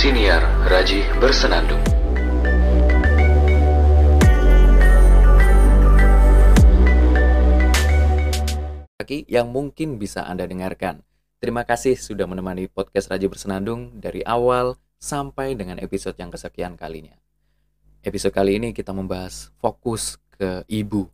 Siniar Raji Bersenandung. Yang mungkin bisa Anda dengarkan. Terima kasih sudah menemani podcast Raji Bersenandung dari awal sampai dengan episode yang kesekian kalinya. Episode kali ini kita membahas fokus ke ibu.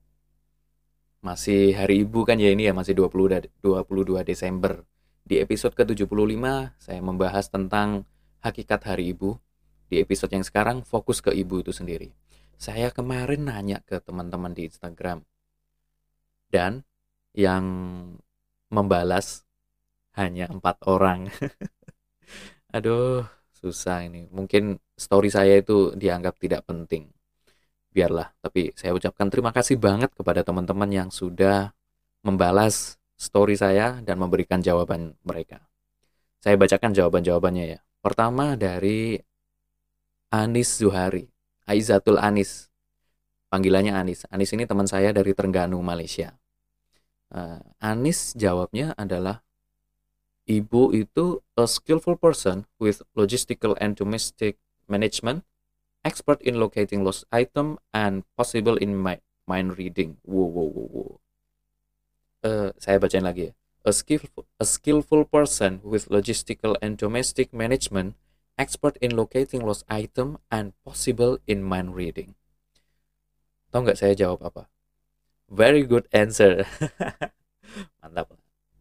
Masih hari ibu kan ya ini ya, masih 22 Desember. Di episode ke-75 saya membahas tentang hakikat hari ibu. Di episode yang sekarang fokus ke ibu itu sendiri. Saya kemarin nanya ke teman-teman di Instagram. Dan yang membalas hanya 4 orang. Aduh, susah ini. Mungkin story saya itu dianggap tidak penting. Biarlah, tapi saya ucapkan terima kasih banget kepada teman-teman yang sudah membalas story saya dan memberikan jawaban mereka. Saya bacakan jawaban-jawabannya ya. Pertama dari Anis Zuhari, Aizatul Anis. Panggilannya Anis. Anis ini teman saya dari Terengganu, Malaysia. Anis jawabnya adalah, ibu itu a skillful person with logistical and domestic management, expert in locating lost item, and possible in mind reading. Wow. Saya bacain lagi ya. A skillful person with logistical and domestic management, expert in locating lost item, and possible in mind reading. Tahu nggak saya jawab apa? Very good answer. Mantap.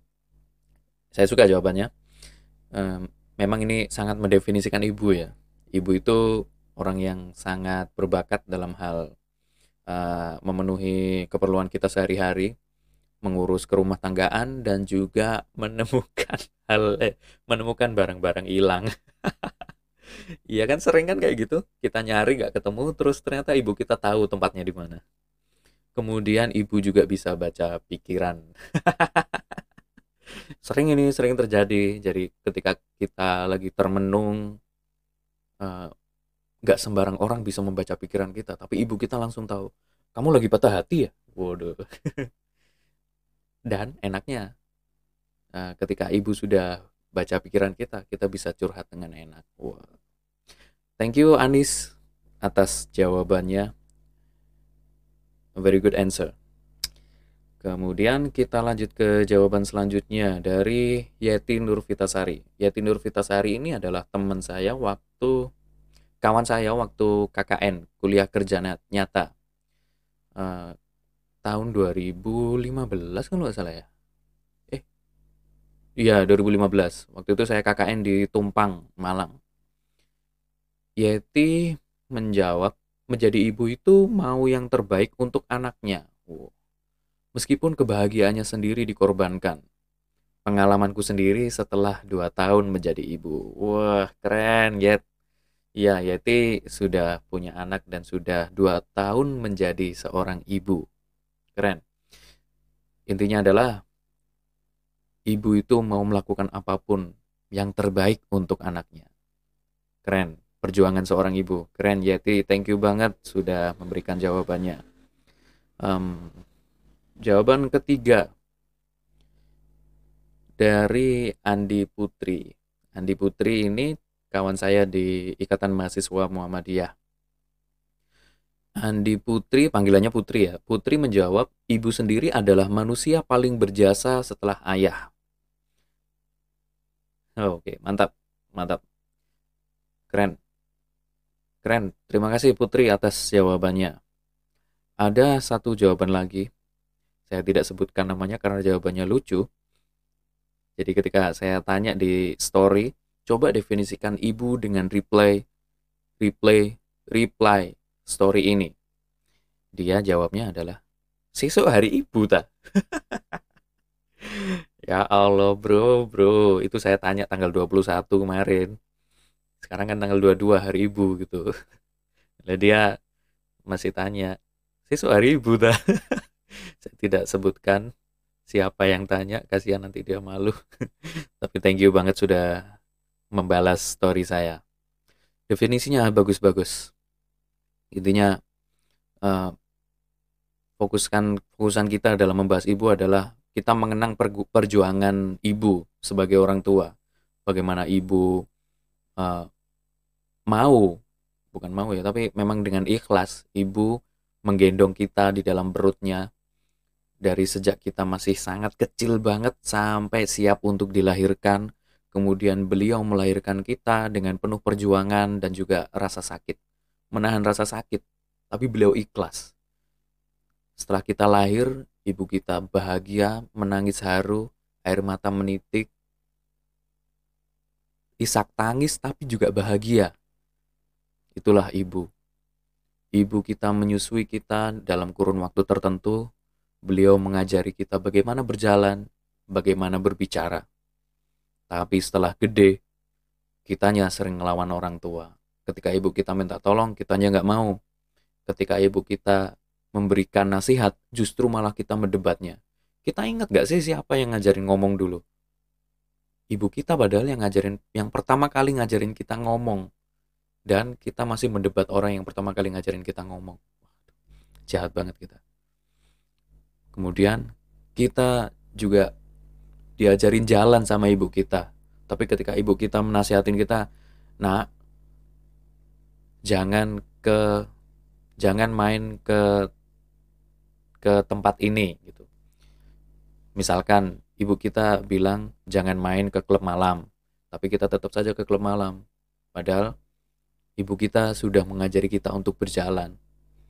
Saya suka jawabannya. Memang ini sangat mendefinisikan ibu ya. Ibu itu orang yang sangat berbakat dalam hal memenuhi keperluan kita sehari-hari, mengurus kerumah tanggaan, dan juga menemukan barang-barang hilang. Iya kan, sering kan kayak gitu. Kita nyari nggak ketemu, terus ternyata ibu kita tahu tempatnya di mana. Kemudian ibu juga bisa baca pikiran. Sering terjadi. Jadi ketika kita lagi termenung, gak sembarang orang bisa membaca pikiran kita, tapi ibu kita langsung tahu, kamu lagi patah hati ya? Waduh. Dan enaknya, ketika ibu sudah baca pikiran kita bisa curhat dengan enak. Wow. Thank you Anis atas jawabannya. Very good answer. Kemudian kita lanjut ke jawaban selanjutnya dari Yeti Nurvitasari. Yeti Nurvitasari ini adalah kawan saya waktu KKN, kuliah kerja nyata. Tahun 2015 kan nggak salah ya? Iya 2015. Waktu itu saya KKN di Tumpang, Malang. Yeti menjawab, menjadi ibu itu mau yang terbaik untuk anaknya. Meskipun kebahagiaannya sendiri dikorbankan. Pengalamanku sendiri setelah 2 tahun menjadi ibu. Wah, keren, Yet. Ya, Yeti sudah punya anak dan sudah 2 tahun menjadi seorang ibu. Keren. Intinya adalah, ibu itu mau melakukan apapun yang terbaik untuk anaknya. Keren. Perjuangan seorang ibu. Keren, Yeti. Thank you banget sudah memberikan jawabannya. Jawaban ketiga dari Andi Putri. Andi Putri ini kawan saya di Ikatan Mahasiswa Muhammadiyah. Andi Putri, panggilannya Putri ya. Putri menjawab, ibu sendiri adalah manusia paling berjasa setelah ayah. Oke, mantap. Keren. Terima kasih Putri atas jawabannya. Ada satu jawaban lagi. Saya tidak sebutkan namanya karena jawabannya lucu. Jadi ketika saya tanya di story, coba definisikan ibu dengan reply story ini. Dia jawabnya adalah, sesuk hari ibu tak? Ya Allah bro, itu saya tanya tanggal 21 kemarin. Sekarang kan tanggal 22 hari ibu gitu. Lalu dia masih tanya, sesuk hari ibu tak? Saya tidak sebutkan siapa yang tanya, kasihan nanti dia malu. Tapi thank you banget sudah membalas story saya. Definisinya bagus-bagus. Intinya fokusan kita dalam membahas ibu adalah kita mengenang perjuangan ibu sebagai orang tua. Bagaimana ibu bukan mau ya, tapi memang dengan ikhlas ibu menggendong kita di dalam perutnya dari sejak kita masih sangat kecil banget sampai siap untuk dilahirkan. Kemudian beliau melahirkan kita dengan penuh perjuangan dan juga rasa sakit, menahan rasa sakit, tapi beliau ikhlas. Setelah kita lahir, ibu kita bahagia, menangis haru, air mata menitik, isak tangis tapi juga bahagia. Itulah ibu. Ibu kita menyusui kita dalam kurun waktu tertentu. Beliau mengajari kita bagaimana berjalan, bagaimana berbicara. Tapi setelah gede, kitanya sering ngelawan orang tua. Ketika ibu kita minta tolong, kitanya nggak mau. Ketika ibu kita memberikan nasihat, justru malah kita mendebatnya. Kita ingat nggak sih siapa yang ngajarin ngomong dulu? Ibu kita padahal yang pertama kali ngajarin kita ngomong. Dan kita masih mendebat orang yang pertama kali ngajarin kita ngomong. Jahat banget kita. Kemudian kita juga diajarin jalan sama ibu kita. Tapi ketika ibu kita menasihatin kita, "Nak, jangan main ke tempat ini," gitu. Misalkan ibu kita bilang jangan main ke klub malam, tapi kita tetap saja ke klub malam. Padahal ibu kita sudah mengajari kita untuk berjalan.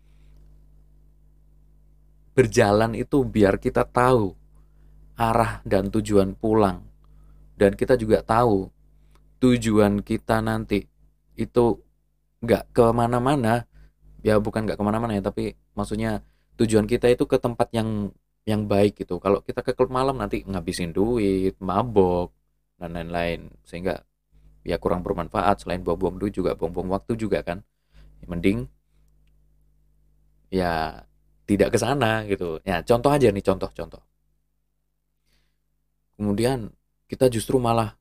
Berjalan itu biar kita tahu arah dan tujuan pulang. Dan kita juga tahu tujuan kita nanti itu nggak kemana-mana. Ya bukan nggak kemana-mana ya, tapi maksudnya tujuan kita itu ke tempat yang baik gitu. Kalau kita ke klub malam nanti ngabisin duit, mabok, dan lain-lain. Sehingga ya kurang bermanfaat. Selain buang-buang duit juga buang-buang waktu juga kan. Mending ya tidak ke sana gitu. Ya contoh aja nih, contoh. Kemudian kita justru malah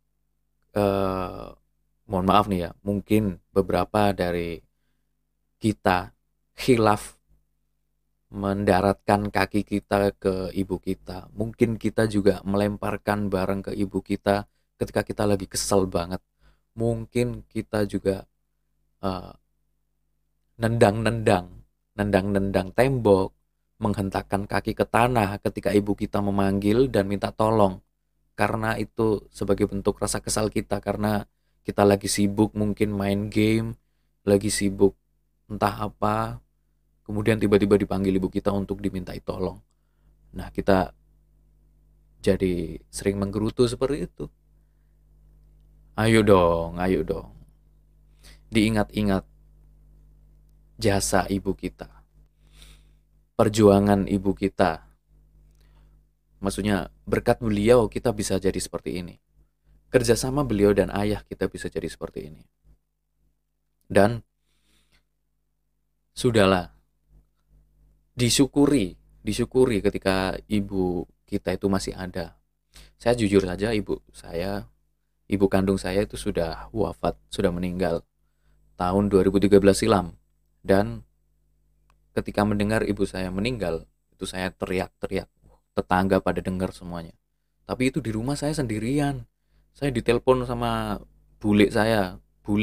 mohon maaf nih ya, mungkin beberapa dari kita khilaf mendaratkan kaki kita ke ibu kita. Mungkin kita juga melemparkan barang ke ibu kita ketika kita lagi kesel banget. Mungkin kita juga eh, nendang-nendang tembok, menghentakkan kaki ke tanah ketika ibu kita memanggil dan minta tolong. Karena itu sebagai bentuk rasa kesal kita, karena kita lagi sibuk mungkin main game, lagi sibuk entah apa, kemudian tiba-tiba dipanggil ibu kita untuk dimintai tolong. Nah, kita jadi sering menggerutu seperti itu. Ayo dong. Diingat-ingat jasa ibu kita, perjuangan ibu kita. Maksudnya berkat beliau kita bisa jadi seperti ini. Kerjasama beliau dan ayah kita bisa jadi seperti ini. Dan sudahlah, disyukuri ketika ibu kita itu masih ada. Saya jujur saja, ibu kandung saya itu sudah wafat, sudah meninggal tahun 2013 silam. Dan ketika mendengar ibu saya meninggal, itu saya teriak-teriak. Tetangga pada dengar semuanya. Tapi itu di rumah saya sendirian. Saya ditelepon sama bule saya. Bule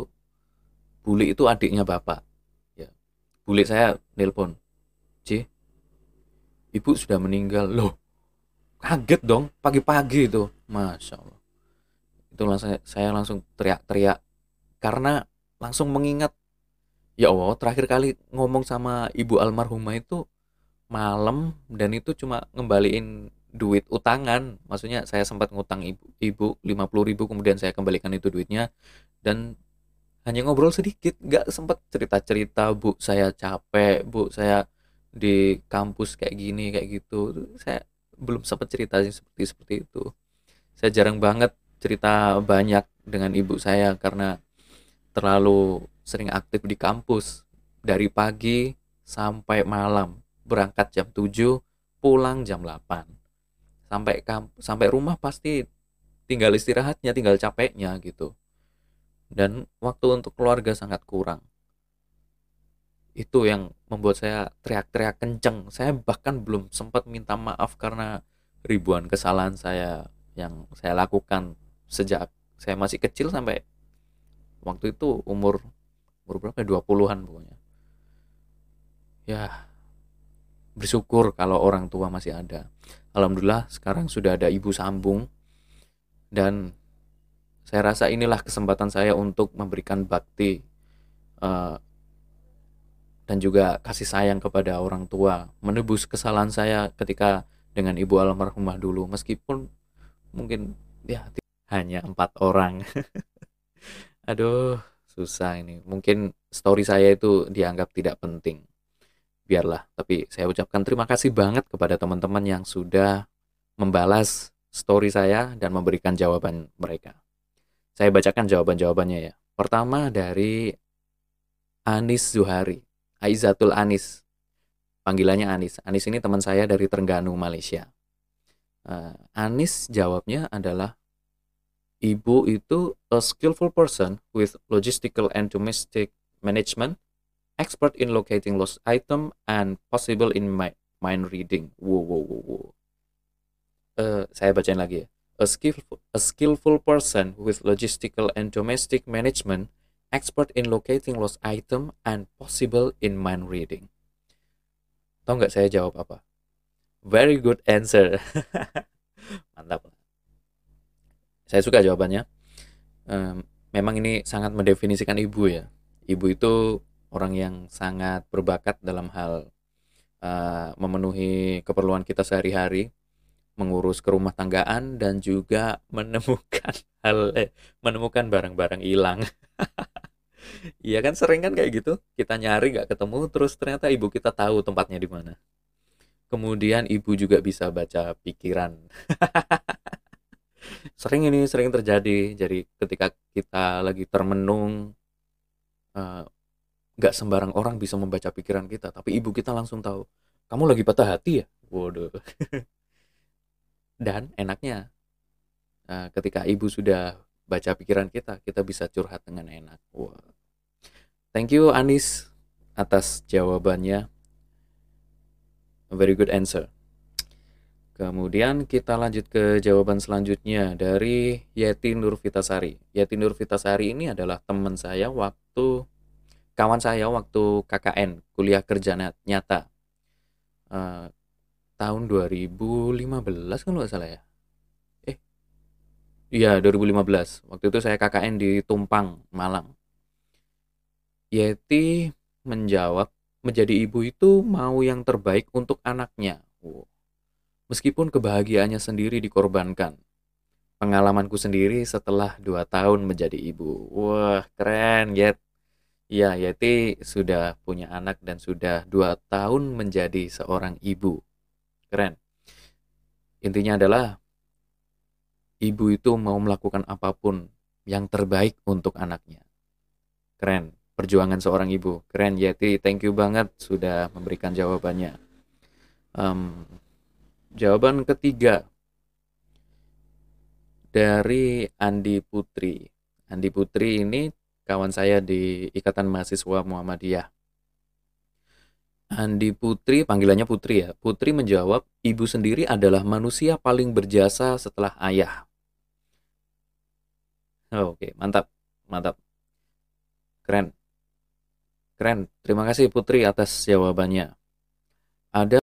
itu adiknya bapak. Ya. Bule saya nelpon, "C, ibu sudah meninggal." Loh, kaget dong pagi-pagi itu. Masya Allah. Itu saya langsung teriak-teriak karena langsung mengingat, ya Allah, terakhir kali ngomong sama ibu almarhumah itu malam, dan itu cuma ngembaliin duit utangan. Maksudnya saya sempat ngutang ibu 50.000, kemudian saya kembalikan itu duitnya, dan hanya ngobrol sedikit, nggak sempat cerita-cerita, "Bu, saya capek, Bu, saya di kampus kayak gini kayak gitu." Saya belum sempat cerita seperti itu. Saya jarang banget cerita banyak dengan ibu saya karena terlalu sering aktif di kampus dari pagi sampai malam. Berangkat jam 7, pulang jam 8. Sampai rumah pasti tinggal istirahatnya, tinggal capeknya gitu. Dan waktu untuk keluarga sangat kurang. Itu yang membuat saya teriak-teriak kenceng. Saya bahkan belum sempat minta maaf karena ribuan kesalahan saya yang saya lakukan sejak saya masih kecil sampai Waktu itu umur berapa? 20-an pokoknya. Ya, bersyukur kalau orang tua masih ada. Alhamdulillah sekarang sudah ada ibu sambung, dan saya rasa inilah kesempatan saya untuk memberikan bakti eh, dan juga kasih sayang kepada orang tua, menebus kesalahan saya ketika dengan ibu almarhumah dulu, meskipun mungkin ya hanya 4 orang. Aduh, susah ini. Mungkin story saya itu dianggap tidak penting. Biarlah, tapi saya ucapkan terima kasih banget kepada teman-teman yang sudah membalas story saya dan memberikan jawaban mereka. Saya bacakan jawaban-jawabannya ya. Pertama dari Anis Zuhari, Aizatul Anis. Panggilannya Anis. Anis ini teman saya dari Terengganu, Malaysia. Anis jawabnya adalah, ibu itu a skillful person with logistical and domestic management, expert in locating lost item, and possible in mind reading. Wow. Saya bacain lagi ya. A skillful person with logistical and domestic management, expert in locating lost item, and possible in mind reading. Tahu nggak saya jawab apa? Very good answer. Mantap. Saya suka jawabannya. Memang ini sangat mendefinisikan ibu ya. Ibu itu orang yang sangat berbakat dalam hal memenuhi keperluan kita sehari-hari, mengurus kerumah tanggaan, dan juga menemukan barang-barang hilang. Iya kan, sering kan kayak gitu. Kita nyari nggak ketemu, terus ternyata ibu kita tahu tempatnya di mana. Kemudian ibu juga bisa baca pikiran. Sering terjadi. Jadi ketika kita lagi termenung, nggak sembarang orang bisa membaca pikiran kita, tapi ibu kita langsung tahu, kamu lagi patah hati ya. Waduh. Dan enaknya, ketika ibu sudah baca pikiran kita bisa curhat dengan enak. Wow. Thank you Anis atas jawabannya. Very good answer. Kemudian kita lanjut ke jawaban selanjutnya dari Yeti Nurvitasari. Yeti Nurvitasari ini adalah kawan saya waktu KKN, kuliah kerja nyata. Tahun 2015 kan nggak salah ya? Iya, 2015. Waktu itu saya KKN di Tumpang, Malang. Yeti menjawab, menjadi ibu itu mau yang terbaik untuk anaknya. Wow. Meskipun kebahagiaannya sendiri dikorbankan. Pengalamanku sendiri setelah 2 tahun menjadi ibu. Wah, keren, Yet. Ya, Yeti sudah punya anak dan sudah 2 tahun menjadi seorang ibu. Keren. Intinya adalah, ibu itu mau melakukan apapun yang terbaik untuk anaknya. Keren, perjuangan seorang ibu. Keren, Yeti. Thank you banget sudah memberikan jawabannya. Jawaban ketiga dari Andi Putri. Andi Putri ini kawan saya di Ikatan Mahasiswa Muhammadiyah. Andi Putri, panggilannya Putri ya. Putri menjawab, ibu sendiri adalah manusia paling berjasa setelah ayah. Oke, mantap. Keren. Terima kasih Putri atas jawabannya. Ada